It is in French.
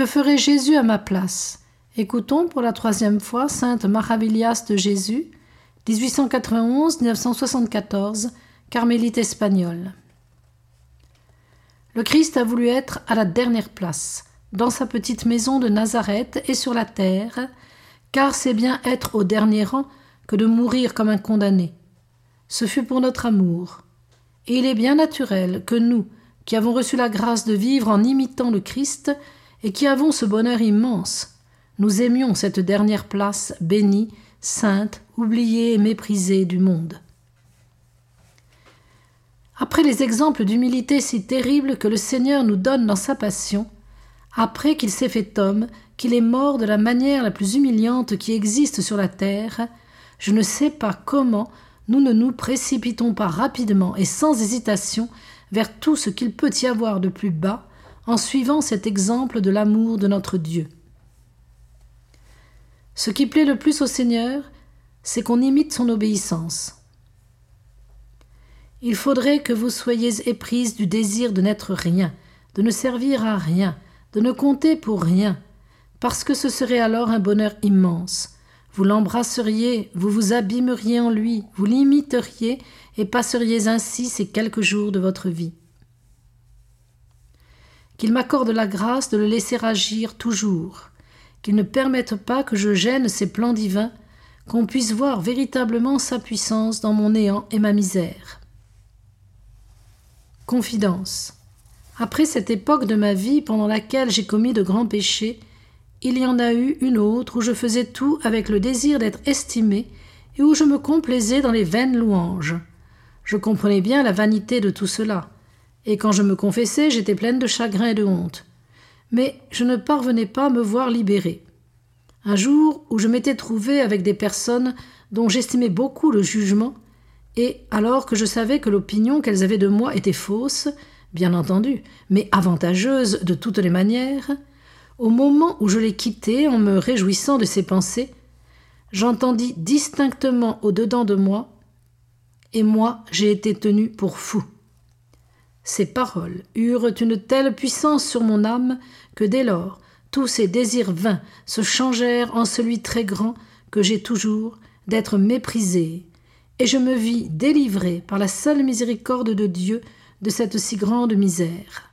Que ferait Jésus à ma place? Écoutons pour la 3e fois Sainte Maravillas de Jésus, 1891-1974, carmélite espagnole. Le Christ a voulu être à la dernière place, dans sa petite maison de Nazareth et sur la terre, car c'est bien être au dernier rang que de mourir comme un condamné. Ce fut pour notre amour. Et il est bien naturel que nous, qui avons reçu la grâce de vivre en imitant le Christ et qui avons ce bonheur immense, nous aimions cette dernière place bénie, sainte, oubliée et méprisée du monde. Après les exemples d'humilité si terribles que le Seigneur nous donne dans sa passion, après qu'il s'est fait homme, qu'il est mort de la manière la plus humiliante qui existe sur la terre, je ne sais pas comment nous ne nous précipitons pas rapidement et sans hésitation vers tout ce qu'il peut y avoir de plus bas en suivant cet exemple de l'amour de notre Dieu. Ce qui plaît le plus au Seigneur, c'est qu'on imite son obéissance. Il faudrait que vous soyez éprise du désir de n'être rien, de ne servir à rien, de ne compter pour rien, parce que ce serait alors un bonheur immense. Vous l'embrasseriez, vous vous abîmeriez en lui, vous l'imiteriez et passeriez ainsi ces quelques jours de votre vie. Qu'il m'accorde la grâce de le laisser agir toujours, qu'il ne permette pas que je gêne ses plans divins, qu'on puisse voir véritablement sa puissance dans mon néant et ma misère. Confidence. Après cette époque de ma vie pendant laquelle j'ai commis de grands péchés, il y en a eu une autre où je faisais tout avec le désir d'être estimé et où je me complaisais dans les vaines louanges. Je comprenais bien la vanité de tout cela, et quand je me confessais, j'étais pleine de chagrin et de honte. Mais je ne parvenais pas à me voir libérée. Un jour où je m'étais trouvée avec des personnes dont j'estimais beaucoup le jugement, et alors que je savais que l'opinion qu'elles avaient de moi était fausse, bien entendu, mais avantageuse de toutes les manières, au moment où je les quittais en me réjouissant de ces pensées, j'entendis distinctement au-dedans de moi « Et moi, j'ai été tenu pour fou ». Ces paroles eurent une telle puissance sur mon âme que dès lors, tous ces désirs vains se changèrent en celui très grand que j'ai toujours d'être méprisée, et je me vis délivrée par la seule miséricorde de Dieu de cette si grande misère.